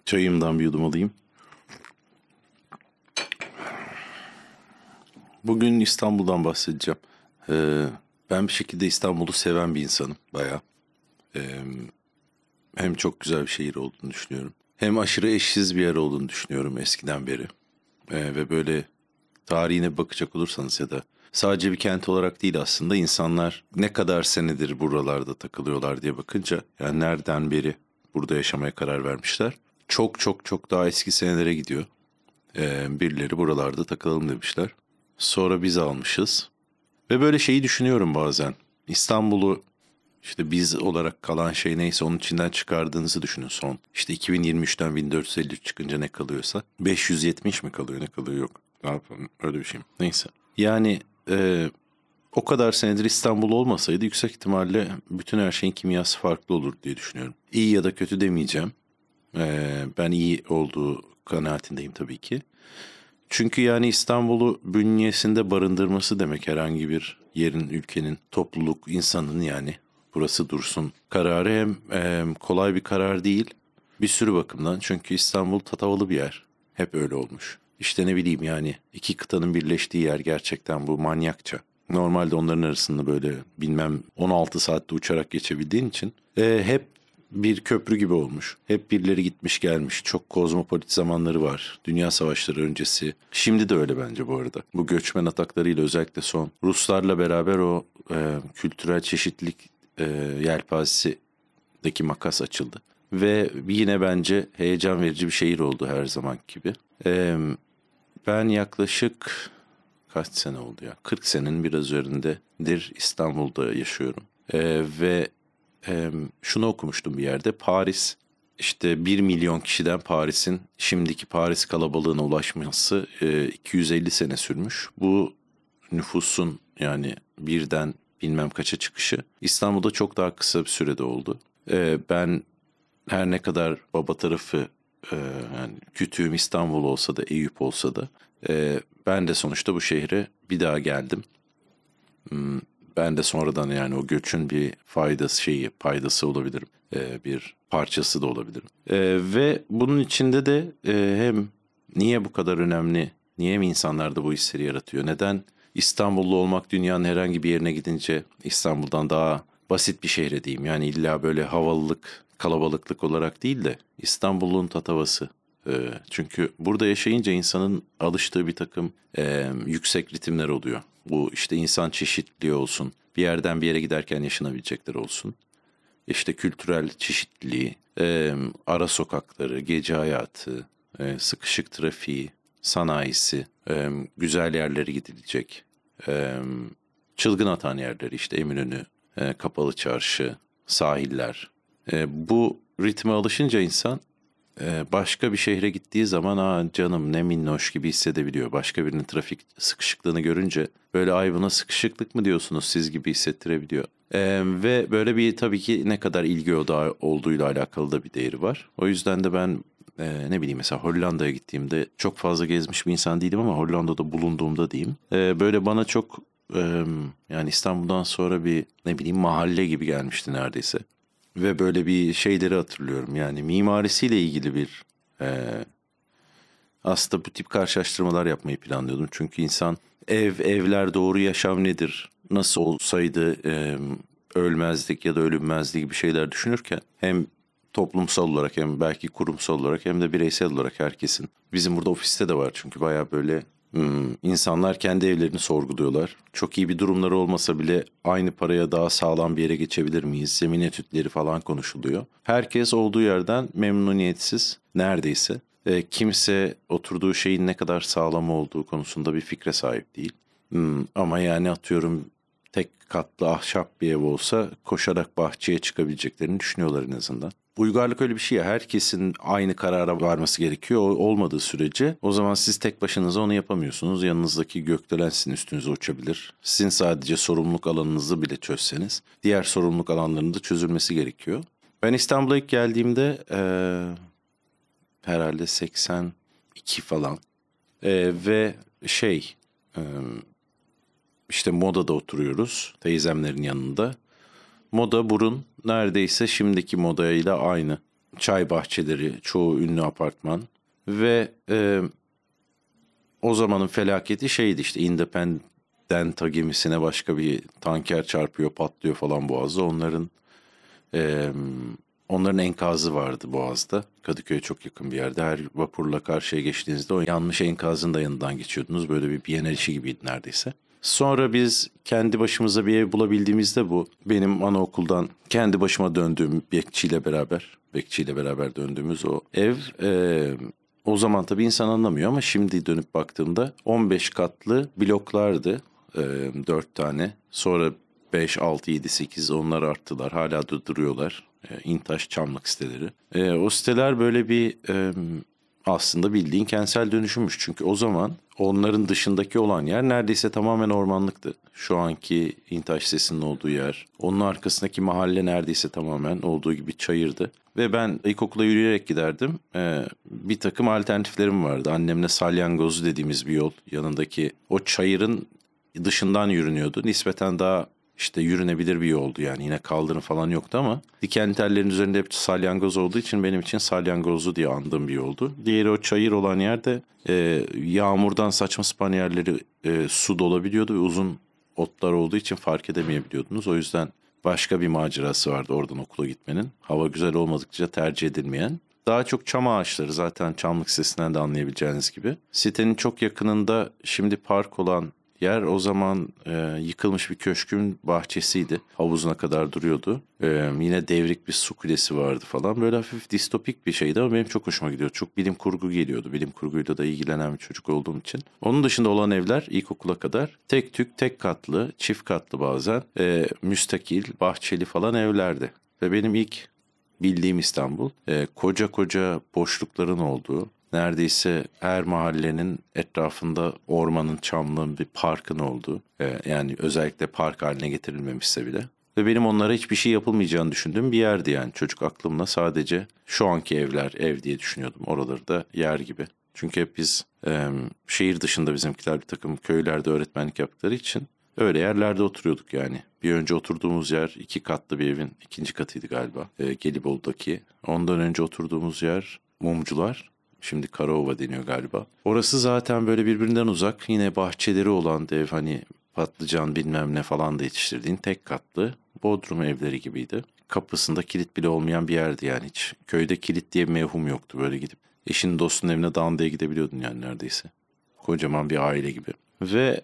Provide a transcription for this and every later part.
Çayımdan bir yudum alayım. Bugün İstanbul'dan bahsedeceğim. Ben bir şekilde İstanbul'u seven bir insanım bayağı. Hem çok güzel bir şehir olduğunu düşünüyorum. Hem aşırı eşsiz bir yer olduğunu düşünüyorum eskiden beri. Ve böyle tarihine bakacak olursanız ya da sadece bir kent olarak değil aslında insanlar ne kadar senedir buralarda takılıyorlar diye bakınca yani nereden beri burada yaşamaya karar vermişler. Çok çok çok daha eski senelere gidiyor. Birileri buralarda takılalım demişler. Sonra biz almışız. Ve böyle şeyi düşünüyorum bazen. İstanbul'u işte biz olarak kalan şey neyse onun içinden çıkardığınızı düşünün son. İşte 2023'ten 1453 çıkınca ne kalıyorsa. 570 mi kalıyor ne kalıyor yok. Ne yapalım öyle bir şey mi? Neyse. Yani o kadar senedir İstanbul olmasaydı yüksek ihtimalle bütün her şeyin kimyası farklı olur diye düşünüyorum. İyi ya da kötü demeyeceğim. Ben iyi olduğu kanaatindeyim tabii ki. Çünkü yani İstanbul'u bünyesinde barındırması demek herhangi bir yerin, ülkenin, topluluk, insanın yani burası dursun kararı hem kolay bir karar değil bir sürü bakımdan. Çünkü İstanbul tatavalı bir yer. Hep öyle olmuş. İşte ne bileyim yani iki kıtanın birleştiği yer gerçekten bu manyakça. Normalde onların arasında böyle bilmem 16 saatte uçarak geçebildiğin için hep bir köprü gibi olmuş. Hep birileri gitmiş gelmiş. Çok kozmopolit zamanları var. Dünya savaşları öncesi. Şimdi de öyle bence bu arada. Bu göçmen ataklarıyla özellikle son. Ruslarla beraber o kültürel çeşitlilik yelpazesindeki makas açıldı. Ve yine bence heyecan verici bir şehir oldu her zaman gibi. Ben yaklaşık kaç sene oldu ya? 40 senenin biraz üzerindedir İstanbul'da yaşıyorum. Ve şunu okumuştum bir yerde. Paris işte 1 milyon kişiden Paris'in şimdiki Paris kalabalığına ulaşması 250 sene sürmüş. Bu nüfusun yani birden bilmem kaça çıkışı İstanbul'da çok daha kısa bir sürede oldu. Ben her ne kadar baba tarafı yani kütüğüm İstanbul olsa da Eyüp olsa da ben de sonuçta bu şehre bir daha geldim. Ben de sonradan yani o göçün bir paydası olabilirim. Bir parçası da olabilirim. Ve bunun içinde de hem niye bu kadar önemli, niye mi insanlarda bu hisleri yaratıyor? Neden İstanbullu olmak dünyanın herhangi bir yerine gidince İstanbul'dan daha basit bir şehre diyeyim. Yani illa böyle havalılık, kalabalıklık olarak değil de İstanbul'un tatavası. Çünkü burada yaşayınca insanın alıştığı bir takım yüksek ritimler oluyor. Bu işte insan çeşitliliği olsun, bir yerden bir yere giderken yaşanabilecekler olsun. İşte kültürel çeşitliliği, ara sokakları, gece hayatı, sıkışık trafiği, sanayisi, güzel yerlere gidilecek, çılgın atan yerleri işte Eminönü, Kapalı Çarşı, sahiller. Bu ritme alışınca insan başka bir şehre gittiği zaman canım ne minnoş gibi hissedebiliyor. Başka birinin trafik sıkışıklığını görünce böyle ay buna sıkışıklık mı diyorsunuz siz gibi hissettirebiliyor. Ve böyle bir tabii ki ne kadar ilgi odağı olduğuyla alakalı da bir değeri var. O yüzden de ben ne bileyim mesela Hollanda'ya gittiğimde çok fazla gezmiş bir insan değilim ama Hollanda'da bulunduğumda diyeyim. Böyle bana çok yani İstanbul'dan sonra bir ne bileyim mahalle gibi gelmişti neredeyse. Ve böyle bir şeyleri hatırlıyorum. Yani mimarisiyle ilgili bir aslında bu tip karşılaştırmalar yapmayı planlıyordum. Çünkü insan evler doğru yaşam nedir? Nasıl olsaydı ölmezdik ya da ölünmezdik gibi şeyler düşünürken hem toplumsal olarak hem belki kurumsal olarak hem de bireysel olarak herkesin. Bizim burada ofiste de var çünkü baya böyle insanlar kendi evlerini sorguluyorlar. Çok iyi bir durumları olmasa bile aynı paraya daha sağlam bir yere geçebilir miyiz? Zemin etütleri falan konuşuluyor. Herkes olduğu yerden memnuniyetsiz neredeyse. Kimse oturduğu şeyin ne kadar sağlam olduğu konusunda bir fikre sahip değil. Ama yani atıyorum tek katlı ahşap bir ev olsa koşarak bahçeye çıkabileceklerini düşünüyorlar en azından. Uygarlık öyle bir şey ya, herkesin aynı karara varması gerekiyor. Olmadığı sürece o zaman siz tek başınıza onu yapamıyorsunuz. Yanınızdaki gökdelen sizin üstünüze uçabilir. Sizin sadece sorumluluk alanınızı bile çözseniz diğer sorumluluk alanlarının da çözülmesi gerekiyor. Ben İstanbul'a ilk geldiğimde herhalde 82 falan ve e, işte Moda'da oturuyoruz teyzemlerin yanında. Moda burun neredeyse şimdiki modayla aynı çay bahçeleri, çoğu ünlü apartman ve o zamanın felaketi şeydi işte Independenta gemisine başka bir tanker çarpıyor, patlıyor falan Boğaz'da. Onların enkazı vardı Boğaz'da. Kadıköy'e çok yakın bir yerde. Her vapurla karşıya geçtiğinizde o yanmış enkazın da yanından geçiyordunuz. Böyle bir Biyener işi gibiydi neredeyse. Sonra biz kendi başımıza bir ev bulabildiğimizde bu benim anaokuldan kendi başıma döndüğüm Bekçiyle beraber döndüğümüz o ev o zaman tabii insan anlamıyor ama şimdi dönüp baktığımda 15 katlı bloklardı. 4 tane. Sonra 5, 6, 7, 8 onlar arttılar. Hala da duruyorlar. İntaş Çamlık siteleri. O siteler böyle bir aslında bildiğin kentsel dönüşümmüş. Çünkü o zaman onların dışındaki olan yer neredeyse tamamen ormanlıktı. Şu anki İntaş sitesinin olduğu yer. Onun arkasındaki mahalle neredeyse tamamen olduğu gibi çayırdı. Ve ben ilkokula yürüyerek giderdim. Bir takım alternatiflerim vardı. Annemle Salyangozu dediğimiz bir yol. Yanındaki o çayırın dışından yürünüyordu. Nispeten daha işte yürünebilir bir yoldu yani. Yine kaldırım falan yoktu ama dikenli tellerin üzerinde hep salyangoz olduğu için benim için salyangozlu diye andığım bir yoldu. Diğeri o çayır olan yerde yağmurdan saçma sapan yerleri su dolabiliyordu ve uzun otlar olduğu için fark edemeyebiliyordunuz. O yüzden başka bir macerası vardı oradan okula gitmenin. Hava güzel olmadıkça tercih edilmeyen. Daha çok çam ağaçları zaten Çamlık sitesinden de anlayabileceğiniz gibi. Sitenin çok yakınında şimdi park olan yer o zaman yıkılmış bir köşkün bahçesiydi. Havuzuna kadar duruyordu. Yine devrik bir su kulesi vardı falan. Böyle hafif distopik bir şeydi ama benim çok hoşuma gidiyor. Çok bilim kurgu geliyordu. Bilim kurguyla da ilgilenen bir çocuk olduğum için. Onun dışında olan evler ilkokula kadar tek tük, tek katlı, çift katlı bazen müstakil, bahçeli falan evlerdi. Ve benim ilk bildiğim İstanbul koca koca boşlukların olduğu, neredeyse her mahallenin etrafında ormanın, çamlığın, bir parkın olduğu, yani özellikle park haline getirilmemişse bile. Ve benim onlara hiçbir şey yapılmayacağını düşündüğüm bir yerdi yani. Çocuk aklımla sadece şu anki evler ev diye düşünüyordum. Oraları da yer gibi. Çünkü hep biz şehir dışında bizimkiler bir takım köylerde öğretmenlik yaptıkları için öyle yerlerde oturuyorduk yani. Bir önce oturduğumuz yer 2 katlı bir evin 2. katıydı galiba. Gelibolu'daki. Ondan önce oturduğumuz yer Mumcular. Şimdi Karaova deniyor galiba. Orası zaten böyle birbirinden uzak. Yine bahçeleri olan dev hani patlıcan bilmem ne falan da yetiştirdiğin tek katlı bodrum evleri gibiydi. Kapısında kilit bile olmayan bir yerdi yani hiç. Köyde kilit diye bir mevhum yoktu. Böyle gidip eşinin dostunun evine dandaya gidebiliyordun yani neredeyse. Kocaman bir aile gibi. Ve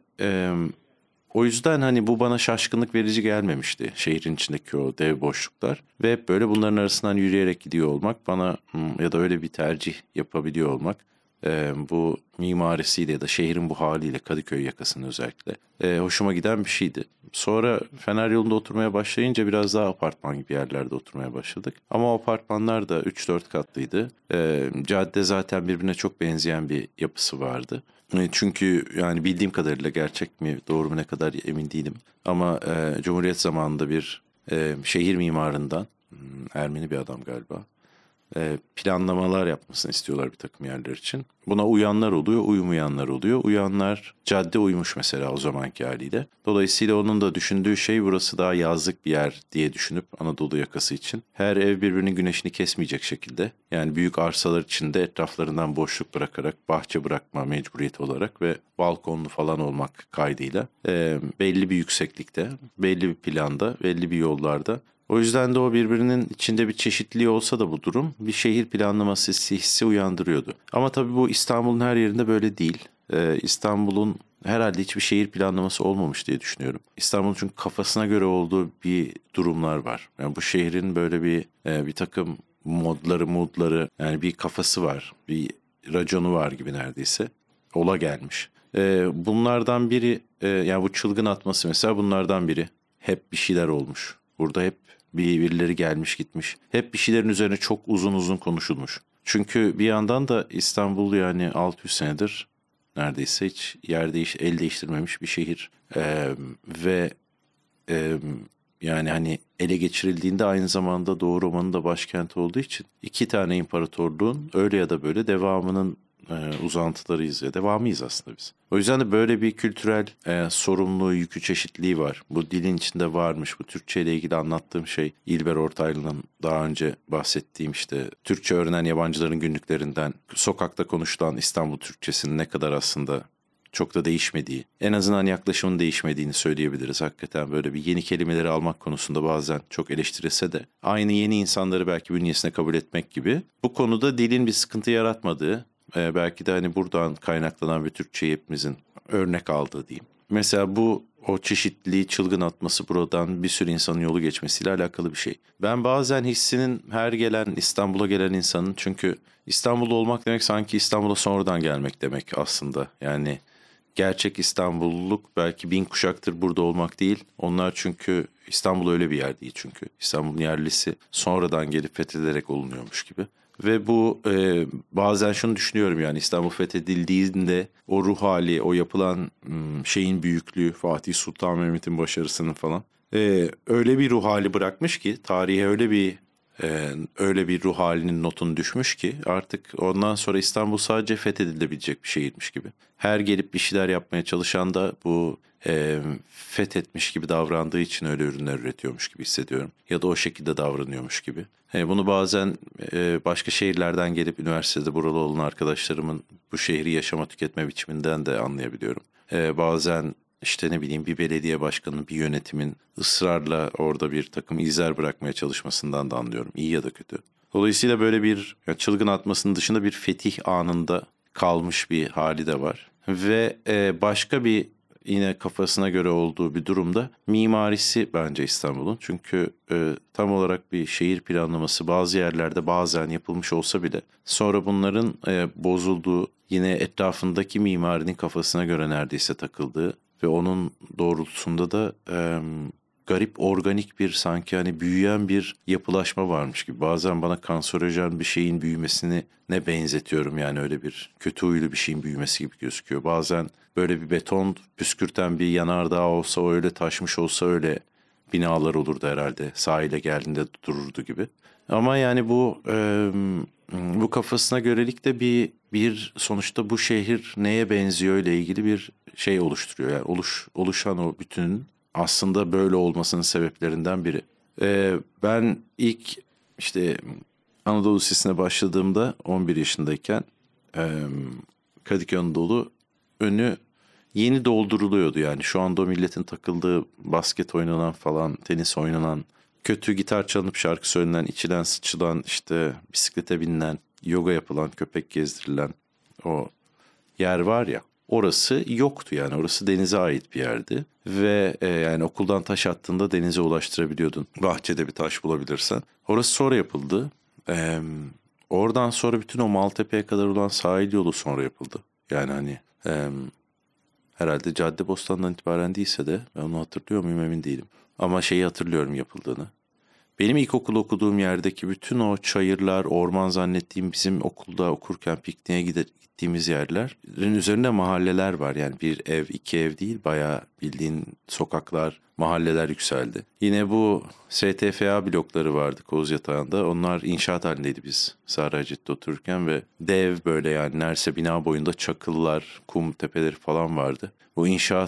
o yüzden hani bu bana şaşkınlık verici gelmemişti. Şehrin içindeki o dev boşluklar. Ve hep böyle bunların arasından yürüyerek gidiyor olmak bana ya da öyle bir tercih yapabiliyor olmak bu mimarisiyle ya da şehrin bu haliyle Kadıköy yakasının özellikle hoşuma giden bir şeydi. Sonra Fener yolunda oturmaya başlayınca biraz daha apartman gibi yerlerde oturmaya başladık. Ama o apartmanlar da 3-4 katlıydı. Cadde zaten birbirine çok benzeyen bir yapısı vardı. Çünkü yani bildiğim kadarıyla gerçek mi doğru mu ne kadar emin değilim. Ama Cumhuriyet zamanında bir şehir mimarından Ermeni bir adam galiba planlamalar yapmasını istiyorlar bir takım yerler için. Buna uyanlar oluyor, uyumayanlar oluyor. Uyanlar cadde uymuş mesela o zamanki haliyle. Dolayısıyla onun da düşündüğü şey burası daha yazlık bir yer diye düşünüp Anadolu yakası için. Her ev birbirinin güneşini kesmeyecek şekilde. Yani büyük arsalar içinde etraflarından boşluk bırakarak bahçe bırakma mecburiyeti olarak ve balkonlu falan olmak kaydıyla belli bir yükseklikte, belli bir planda, belli bir yollarda. O yüzden de o birbirinin içinde bir çeşitliliği olsa da bu durum bir şehir planlaması hissi uyandırıyordu. Ama tabii bu İstanbul'un her yerinde böyle değil. İstanbul'un herhalde hiçbir şehir planlaması olmamış diye düşünüyorum. İstanbul'un çünkü kafasına göre olduğu bir durumlar var. Yani bu şehrin böyle bir takım modları yani bir kafası var, bir raconu var gibi neredeyse. Ola gelmiş. Bunlardan biri yani bu çılgın atması mesela bunlardan biri. Hep bir şeyler olmuş. Burada hep birileri gelmiş gitmiş. Hep bir şeylerin üzerine çok uzun uzun konuşulmuş. Çünkü bir yandan da İstanbul yani 600 senedir neredeyse hiç el değiştirmemiş bir şehir. Ve yani hani ele geçirildiğinde aynı zamanda Doğu Roma'nın da başkenti olduğu için 2 tane imparatorluğun öyle ya da böyle devamının uzantılarıyız ve devamıyız aslında biz. O yüzden de böyle bir kültürel sorumluluğu, yükü, çeşitliliği var. Bu dilin içinde varmış. Bu Türkçe ile ilgili anlattığım şey İlber Ortaylı'nın daha önce bahsettiğim işte Türkçe öğrenen yabancıların günlüklerinden, sokakta konuşulan İstanbul Türkçesinin ne kadar aslında çok da değişmediği, en azından yaklaşımın değişmediğini söyleyebiliriz. Hakikaten böyle bir yeni kelimeleri almak konusunda bazen çok eleştirilse de aynı yeni insanları belki bünyesine kabul etmek gibi bu konuda dilin bir sıkıntı yaratmadığı, belki de hani buradan kaynaklanan bir Türkçeyi hepimizin örnek aldığı diyeyim. Mesela bu o çeşitliliği çılgın atması buradan bir sürü insanın yolu geçmesiyle alakalı bir şey. Ben bazen hissinin her gelen İstanbul'a gelen insanın, çünkü İstanbul'da olmak demek sanki İstanbul'a sonradan gelmek demek aslında. Yani gerçek İstanbulluluk belki 1000 kuşaktır burada olmak değil. Onlar çünkü İstanbul öyle bir yer değil çünkü. İstanbul'un yerlisi sonradan gelip fethedilerek olunuyormuş gibi. Ve bu bazen şunu düşünüyorum, yani İstanbul fethedildiğinde o ruh hali, o yapılan şeyin büyüklüğü, Fatih Sultan Mehmet'in başarısının falan öyle bir ruh hali bırakmış ki tarihe, öyle bir ruh halinin notunu düşmüş ki artık ondan sonra İstanbul sadece fethedilebilecek bir şehirmiş gibi. Her gelip bir şeyler yapmaya çalışan da bu fethetmiş gibi davrandığı için öyle ürünler üretiyormuş gibi hissediyorum. Ya da o şekilde davranıyormuş gibi. Bunu bazen başka şehirlerden gelip üniversitede buralı olan arkadaşlarımın bu şehri yaşama tüketme biçiminden de anlayabiliyorum. Bazen işte ne bileyim bir belediye başkanının, bir yönetimin ısrarla orada bir takım izler bırakmaya çalışmasından da anlıyorum. İyi ya da kötü. Dolayısıyla böyle bir çılgın atmasının dışında bir fetih anında kalmış bir hali de var. Ve başka bir yine kafasına göre olduğu bir durumda mimarisi bence İstanbul'un. Çünkü tam olarak bir şehir planlaması bazı yerlerde bazen yapılmış olsa bile sonra bunların bozulduğu, yine etrafındaki mimarinin kafasına göre neredeyse takıldığı ve onun doğrultusunda da garip organik bir, sanki hani büyüyen bir yapılaşma varmış gibi. Bazen bana kanserojen bir şeyin büyümesini ne benzetiyorum, yani öyle bir kötü huylu bir şeyin büyümesi gibi gözüküyor. Bazen böyle bir beton püskürten bir yanardağ olsa, o öyle taşmış olsa öyle binalar olurdu herhalde. Sahile geldiğinde dururdu gibi. Ama yani bu kafasına görelik de bir sonuçta bu şehir neye benziyor ile ilgili bir şey oluşturuyor. Yani oluşan o bütünün aslında böyle olmasının sebeplerinden biri. Ben ilk işte Anadolu Lisesi'ne başladığımda 11 yaşındayken Kadıköy Anadolu önü yeni dolduruluyordu. Yani şu anda o milletin takıldığı basket oynanan falan, tenis oynanan, kötü gitar çalınıp şarkı söylenen, içilen sıçılan, işte bisiklete binilen, yoga yapılan, köpek gezdirilen o yer var ya, orası yoktu yani. Orası denize ait bir yerdi ve yani okuldan taş attığında denize ulaştırabiliyordun. Bahçede bir taş bulabilirsen. Orası sonra yapıldı. Oradan sonra bütün o Maltepe'ye kadar olan sahil yolu sonra yapıldı. Yani hani herhalde Caddebostan'dan itibaren değilse de, ben onu hatırlıyor muyum emin değilim. Ama şeyi hatırlıyorum yapıldığını. Benim ilkokul okuduğum yerdeki bütün o çayırlar, orman zannettiğim bizim okulda okurken pikniğe gittiğimiz yerlerin üzerinde mahalleler var. Yani bir ev, iki ev değil, bayağı bildiğin sokaklar, mahalleler yükseldi. Yine bu STFA blokları vardı Kozyatağı'nda. Onlar inşaat halindeydi biz Sarıhacet'te otururken ve dev böyle, yani neredeyse bina boyunda çakıllar, kum tepeleri falan vardı. Bu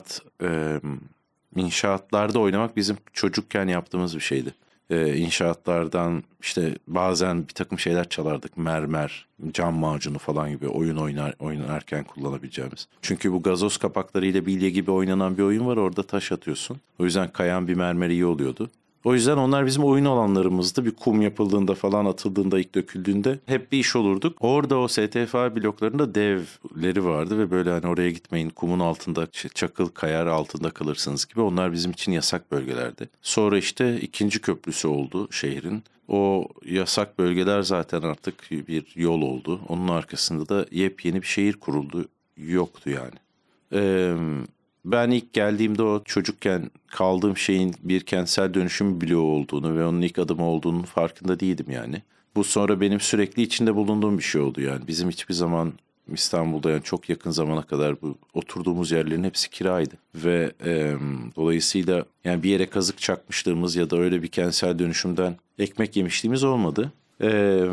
inşaatlarda oynamak bizim çocukken yaptığımız bir şeydi. İnşaatlardan işte bazen bir takım şeyler çalardık. Mermer, cam macunu falan gibi oynarken kullanabileceğimiz. Çünkü bu gazoz kapaklarıyla bilye gibi oynanan bir oyun var. Orada taş atıyorsun. O yüzden kayan bir mermer iyi oluyordu. O yüzden onlar bizim oyun alanlarımızdı. Bir kum yapıldığında falan, atıldığında, ilk döküldüğünde hep bir iş olurduk. Orada o STFA bloklarında devleri vardı ve böyle hani oraya gitmeyin, kumun altında çakıl kayar, altında kalırsınız gibi. Onlar bizim için yasak bölgelerdi. Sonra işte ikinci köprüsü oldu şehrin. O yasak bölgeler zaten artık bir yol oldu. Onun arkasında da yepyeni bir şehir kuruldu. Yoktu yani. Ben ilk geldiğimde o çocukken kaldığım şeyin bir kentsel dönüşüm bloğu olduğunu ve onun ilk adımı olduğunun farkında değildim yani. Bu sonra benim sürekli içinde bulunduğum bir şey oldu yani. Bizim hiçbir zaman İstanbul'da, yani çok yakın zamana kadar bu oturduğumuz yerlerin hepsi kiraydı. Ve dolayısıyla yani bir yere kazık çakmışlığımız ya da öyle bir kentsel dönüşümden ekmek yemişliğimiz olmadı.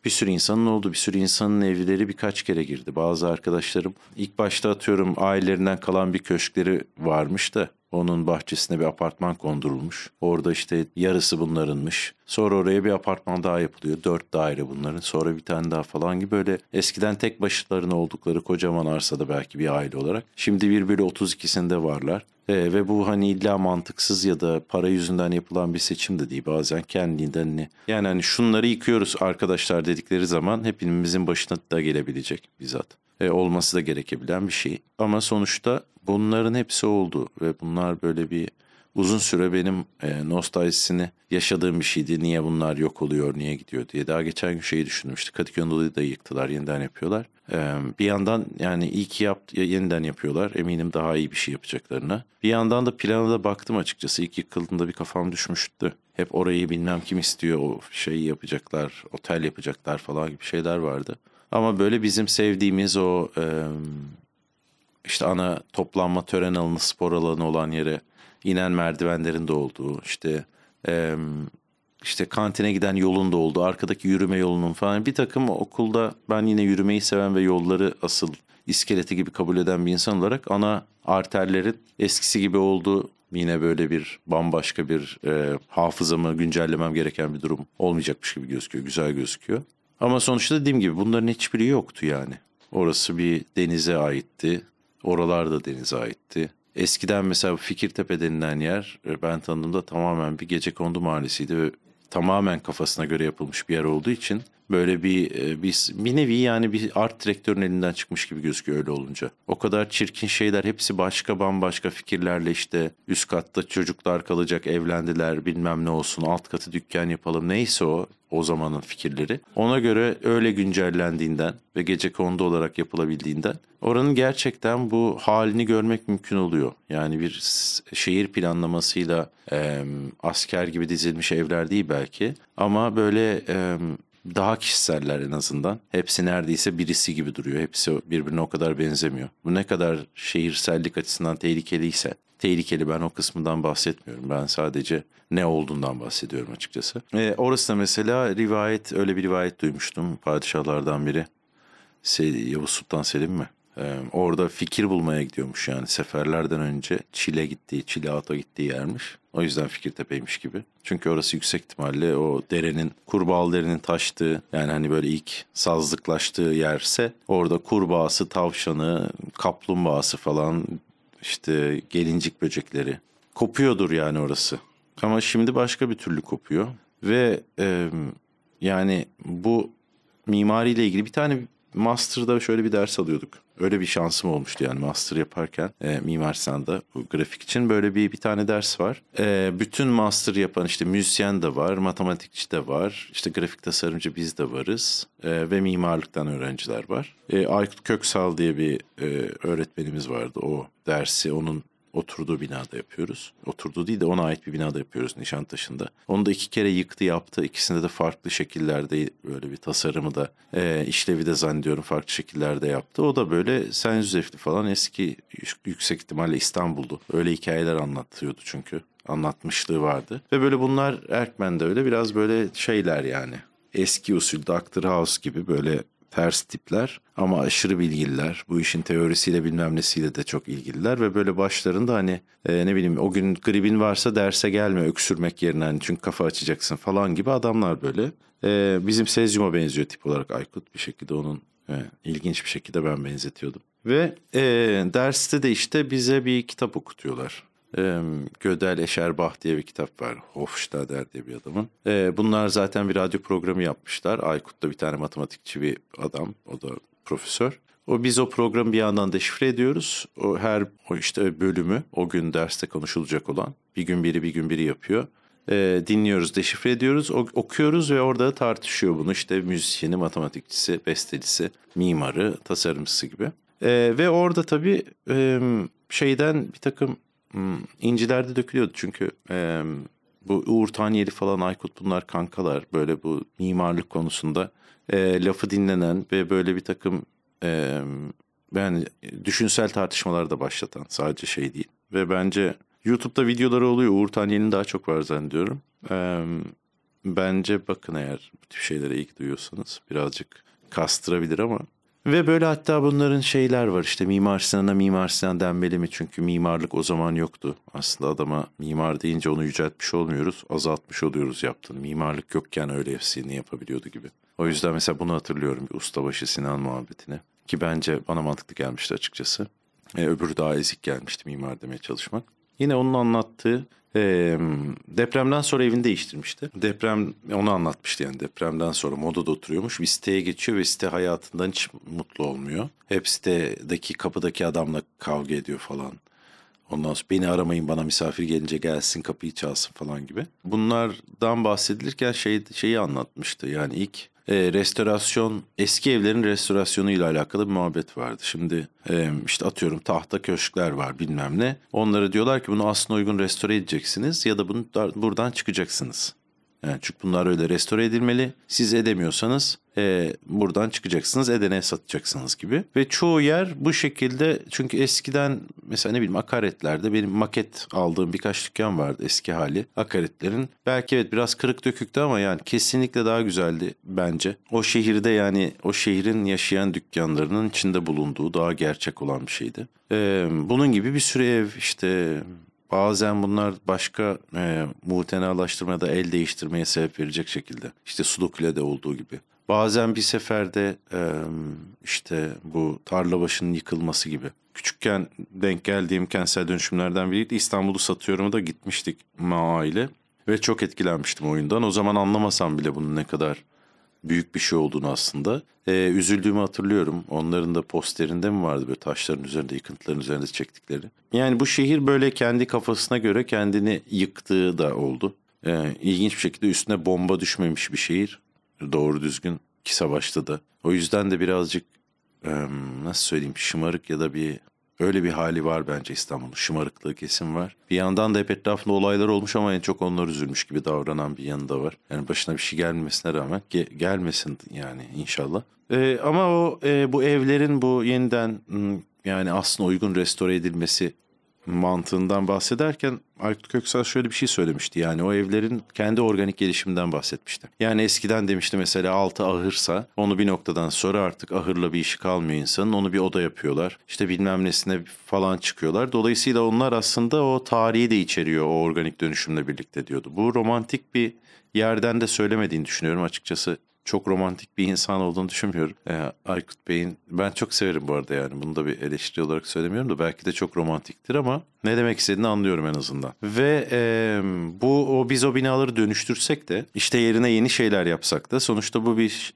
bir sürü insanın oldu. Bir sürü insanın evleri birkaç kere girdi. Bazı arkadaşlarım ilk başta atıyorum ailelerinden kalan bir köşkleri varmış da onun bahçesine bir apartman kondurulmuş. Orada işte yarısı bunlarınmış. Sonra oraya bir apartman daha yapılıyor. 4 daire bunların. Sonra bir tane daha falan gibi böyle eskiden tek başlarına oldukları kocaman arsada belki bir aile olarak. Şimdi 1/32'sinde varlar. Ve bu hani illa mantıksız ya da para yüzünden yapılan bir seçim de değil. Bazen kendinden hani yani hani şunları yıkıyoruz arkadaşlar dedikleri zaman hepimizin başına da gelebilecek bizzat. Olması da gerekebilen bir şey. Ama sonuçta bunların hepsi oldu ve bunlar böyle bir uzun süre benim nostaljisini yaşadığım bir şeydi. Niye bunlar yok oluyor, niye gidiyor diye. Daha geçen gün şeyi düşündüm işte Kadıköy Anadolu'yu da yıktılar, yeniden yapıyorlar. Bir yandan yani iyi ki yeniden yapıyorlar. Eminim daha iyi bir şey yapacaklarına. Bir yandan da plana da baktım açıkçası. İlk yıkıldığında bir kafam düşmüştü. Hep orayı bilmem kim istiyor, o şeyi yapacaklar, otel yapacaklar falan gibi şeyler vardı. Ama böyle bizim sevdiğimiz o işte ana toplanma tören alanı, spor alanı olan yere inen merdivenlerin de olduğu, işte kantine giden yolun da olduğu, arkadaki yürüme yolunun falan bir takım okulda ben yine yürümeyi seven ve yolları asıl iskeleti gibi kabul eden bir insan olarak ana arterlerin eskisi gibi olduğu yine böyle bir bambaşka bir hafızamı güncellemem gereken bir durum olmayacakmış gibi gözüküyor. Güzel gözüküyor. Ama sonuçta dediğim gibi bunların hiçbiri yoktu yani. Orası bir denize aitti. Oralar da denize aitti. Eskiden mesela Fikirtepe denilen yer ben tanıdığımda tamamen bir gecekondu mahallesiydi ve tamamen kafasına göre yapılmış bir yer olduğu için böyle bir nevi yani bir art direktörün elinden çıkmış gibi gözüküyor öyle olunca. O kadar çirkin şeyler hepsi başka bambaşka fikirlerle işte üst katta çocuklar kalacak evlendiler bilmem ne olsun alt katı dükkan yapalım neyse o zamanın fikirleri. Ona göre öyle güncellendiğinden ve gecekondu olarak yapılabildiğinden oranın gerçekten bu halini görmek mümkün oluyor. Yani bir şehir planlamasıyla asker gibi dizilmiş evler değil belki ama böyle daha kişiseller en azından. Hepsi neredeyse birisi gibi duruyor. Hepsi birbirine o kadar benzemiyor. Bu ne kadar şehirsellik açısından tehlikeliyse, tehlikeli ben o kısmından bahsetmiyorum. Ben sadece ne olduğundan bahsediyorum açıkçası. Orası da mesela öyle bir rivayet duymuştum padişahlardan biri. Yavuz Sultan Selim mi? Orada fikir bulmaya gidiyormuş yani seferlerden önce Çile ata gittiği yermiş. O yüzden Fikirtepe'ymiş gibi. Çünkü orası yüksek ihtimalle o derenin, kurbağalı derenin taştığı yani hani böyle ilk sazlıklaştığı yerse orada kurbağası, tavşanı, kaplumbağası falan işte gelincik böcekleri kopuyordur yani orası. Ama şimdi başka bir türlü kopuyor ve yani bu mimariyle ilgili bir tane master'da şöyle bir ders alıyorduk. Öyle bir şansım olmuştu yani master yaparken Mimar Sinan'da bu grafik için böyle bir tane ders var. Bütün master yapan işte müzisyen de var, matematikçi de var, işte grafik tasarımcı biz de varız ve mimarlıktan öğrenciler var. Aykut Köksal diye bir öğretmenimiz vardı o dersi onun oturduğu binada yapıyoruz. Oturduğu değil de ona ait bir binada yapıyoruz Nişantaşı'nda. Onu da 2 kere yıktı yaptı. İkisinde de farklı şekillerde böyle bir tasarımı da işlevi de zannediyorum farklı şekillerde yaptı. O da böyle Senjuzefli falan eski yüksek ihtimalle İstanbul'du. Öyle hikayeler anlatıyordu çünkü. Anlatmışlığı vardı. Ve böyle bunlar Erkmen'de öyle biraz böyle şeyler yani. Eski usul Dr. House gibi böyle ters tipler ama aşırı bilgililer. Bu işin teorisiyle bilmem nesiyle de çok ilgililer ve böyle başlarında hani ne bileyim o gün gribin varsa derse gelme öksürmek yerine hani çünkü kafa açacaksın falan gibi adamlar böyle. Bizim Sezyum'a benziyor tip olarak Aykut bir şekilde onun ilginç bir şekilde ben benzetiyordum. Ve derste de işte bize bir kitap okutuyorlar. Gödel Eşerbah diye bir kitap var. Hofstadter diye bir adamın. Bunlar zaten bir radyo programı yapmışlar. Aykut da bir tane matematikçi bir adam. O da profesör. Biz o programı bir yandan deşifre ediyoruz. O işte bölümü o gün derste konuşulacak olan bir gün biri yapıyor. Dinliyoruz, deşifre ediyoruz, okuyoruz ve orada tartışıyor bunu. İşte müzisyeni, matematikçisi, bestecisi, mimarı, tasarımcısı gibi. Ve orada tabii şeyden bir takım inciler de dökülüyordu çünkü bu Uğur Tanyeli falan Aykut bunlar kankalar böyle bu mimarlık konusunda lafı dinlenen ve böyle bir takım yani düşünsel tartışmalar da başlatan sadece şey değil. Ve bence YouTube'da videoları oluyor Uğur Tanyeli'nin daha çok var zannediyorum. bence bakın eğer bu tip şeylere ilgi duyuyorsanız birazcık kastırabilir ama. Ve böyle hatta bunların şeyler var işte Mimar Sinan'a Mimar Sinan denmeli mi? Çünkü mimarlık o zaman yoktu. Aslında adama mimar deyince onu yüceltmiş olmuyoruz, azaltmış oluyoruz yaptığını. Mimarlık yokken öyle hepsini yapabiliyordu gibi. O yüzden mesela bunu hatırlıyorum bir ustabaşı Sinan muhabbetine. Ki bence bana mantıklı gelmişti açıkçası. Öbürü daha ezik gelmişti mimar demeye çalışmak. Yine onun anlattığı depremden sonra evini değiştirmişti. Deprem onu anlatmıştı yani depremden sonra Moda'da oturuyormuş. Bir siteye geçiyor ve site hayatından hiç mutlu olmuyor. Hep sitedeki kapıdaki adamla kavga ediyor falan. Ondan sonra beni aramayın bana misafir gelince gelsin kapıyı çalsın falan gibi. Bunlardan bahsedilirken şeyi anlatmıştı. Yani ilk restorasyon, eski evlerin restorasyonu ile alakalı bir muhabbet vardı. Şimdi işte atıyorum tahta köşkler var bilmem ne. Onlara diyorlar ki bunu aslına uygun restore edeceksiniz ya da bunu buradan çıkacaksınız. Yani çünkü bunlar öyle restore edilmeli. Siz edemiyorsanız buradan çıkacaksınız, edene satacaksınız gibi. Ve çoğu yer bu şekilde çünkü eskiden mesela ne bileyim akaretlerde benim maket aldığım birkaç dükkan vardı eski hali. Akaretlerin belki evet biraz kırık döküktü ama yani kesinlikle daha güzeldi bence. O şehirde yani o şehrin yaşayan dükkanlarının içinde bulunduğu daha gerçek olan bir şeydi. Bunun gibi bir sürü ev işte... Bazen bunlar başka mutenalaştırmaya da el değiştirmeye sebep verecek şekilde. İşte Sulukule'de olduğu gibi. Bazen bir seferde işte bu Tarlabaşı'nın yıkılması gibi. Küçükken denk geldiğim kentsel dönüşümlerden biriydi. İstanbul'u satıyorum da gitmiştik aile. Ve çok etkilenmiştim oyundan. O zaman anlamasam bile bunun ne kadar büyük bir şey olduğunu aslında. Üzüldüğümü hatırlıyorum. Onların da posterinde mi vardı böyle taşların üzerinde, yıkıntıların üzerinde çektikleri. Yani bu şehir böyle kendi kafasına göre kendini yıktığı da oldu. İlginç bir şekilde üstüne bomba düşmemiş bir şehir. Doğru düzgün ki savaşta da. O yüzden de birazcık nasıl söyleyeyim şımarık ya da öyle bir hali var bence İstanbul'un. Şımarıklığı kesin var. Bir yandan da hep etrafında olaylar olmuş ama en çok onlar üzülmüş gibi davranan bir yanı da var. Yani başına bir şey gelmemesine rağmen gelmesin yani inşallah. Ama bu evlerin bu yeniden yani aslında uygun restore edilmesi mantığından bahsederken Aykut Köksal şöyle bir şey söylemişti. Yani o evlerin kendi organik gelişiminden bahsetmişti. Yani eskiden demişti mesela altı ahırsa onu bir noktadan sonra artık ahırla bir işi kalmıyor insanın. Onu bir oda yapıyorlar. İşte bilmem nesine falan çıkıyorlar. Dolayısıyla onlar aslında o tarihi de içeriyor o organik dönüşümle birlikte diyordu. Bu romantik bir yerden de söylemediğini düşünüyorum açıkçası. Çok romantik bir insan olduğunu düşünmüyorum. Aykut Bey'in ben çok severim bu arada yani bunu da bir eleştiri olarak söylemiyorum da belki de çok romantiktir ama ne demek istediğini anlıyorum en azından. Ve biz o binaları dönüştürsek de işte yerine yeni şeyler yapsak da sonuçta bu bir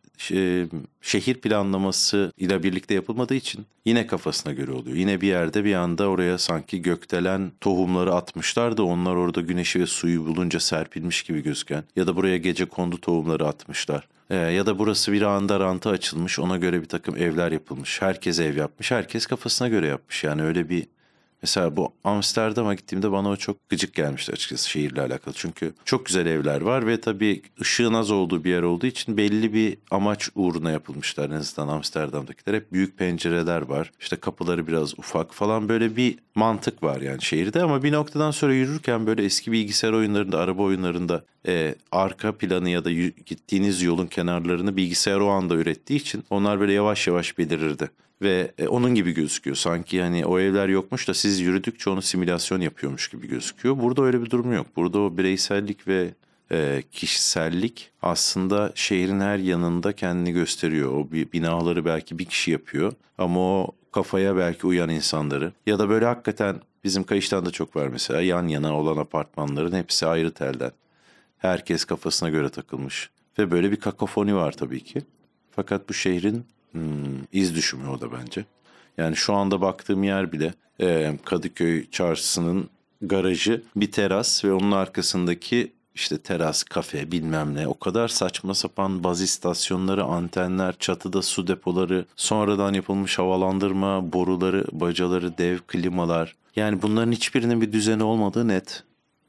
şehir planlaması ile birlikte yapılmadığı için yine kafasına göre oluyor. Yine bir yerde bir anda oraya sanki gökdelen tohumları atmışlar da onlar orada güneşi ve suyu bulunca serpilmiş gibi gözüken ya da buraya gecekondu tohumları atmışlar. Ya da burası bir anda ranta açılmış ona göre bir takım evler yapılmış. Herkes ev yapmış herkes kafasına göre yapmış yani öyle bir mesela bu Amsterdam'a gittiğimde bana o çok gıcık gelmişti açıkçası şehirle alakalı. Çünkü çok güzel evler var ve tabii ışığın az olduğu bir yer olduğu için belli bir amaç uğruna yapılmışlar. En azından Amsterdam'dakiler hep büyük pencereler var. İşte kapıları biraz ufak falan böyle bir mantık var yani şehirde. Ama bir noktadan sonra yürürken böyle eski bilgisayar oyunlarında, araba oyunlarında arka planı ya da gittiğiniz yolun kenarlarını bilgisayar o anda ürettiği için onlar böyle yavaş yavaş belirirdi. Ve onun gibi gözüküyor. Sanki hani o evler yokmuş da siz yürüdükçe onu simülasyon yapıyormuş gibi gözüküyor. Burada öyle bir durum yok. Burada o bireysellik ve kişisellik aslında şehrin her yanında kendini gösteriyor. O binaları belki bir kişi yapıyor ama o kafaya belki uyan insanları ya da böyle hakikaten bizim Kayış'tan da çok var mesela yan yana olan apartmanların hepsi ayrı telden. Herkes kafasına göre takılmış ve böyle bir kakofoni var tabii ki. Fakat bu şehrin iz düşümü o da bence. Yani şu anda baktığım yer bile Kadıköy Çarşısı'nın garajı bir teras ve onun arkasındaki işte teras, kafe bilmem ne o kadar saçma sapan baz istasyonları, antenler, çatıda su depoları, sonradan yapılmış havalandırma boruları, bacaları, dev klimalar. Yani bunların hiçbirinin bir düzeni olmadığı net.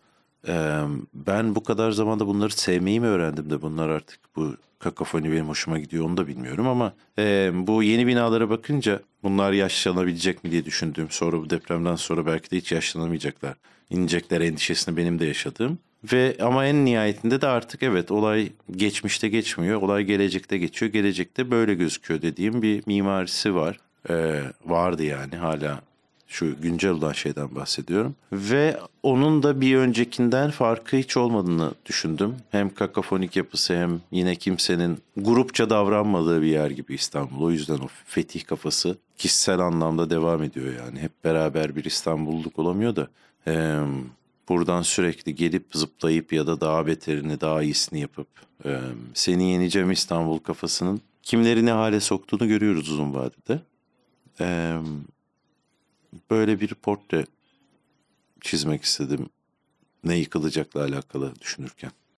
Ben bu kadar zamanda bunları sevmeyi mi öğrendim de bunlar artık bu kakafoni benim hoşuma gidiyor onu da bilmiyorum ama bu yeni binalara bakınca bunlar yaşlanabilecek mi diye düşündüğüm sonra bu depremden sonra belki de hiç yaşlanamayacaklar. İnecekler endişesini benim de yaşadığım. Ve ama en nihayetinde de artık evet, olay geçmişte geçmiyor. Olay gelecekte geçiyor. Gelecekte böyle gözüküyor dediğim bir mimarisi var. Vardı yani, hala şu güncel olan şeyden bahsediyorum. Ve onun da bir öncekinden farkı hiç olmadığını düşündüm. Hem kakafonik yapısı hem yine kimsenin grupça davranmadığı bir yer gibi İstanbul. O yüzden o fetih kafası kişisel anlamda devam ediyor yani. Hep beraber bir İstanbulluluk olamıyor da. Buradan sürekli gelip zıplayıp ya da daha beterini, daha iyisini yapıp seni yeneceğim İstanbul kafasının kimleri ne hale soktuğunu görüyoruz uzun vadede. Eee, Böyle bir portre çizmek istedim ne yıkılacakla alakalı düşünürken.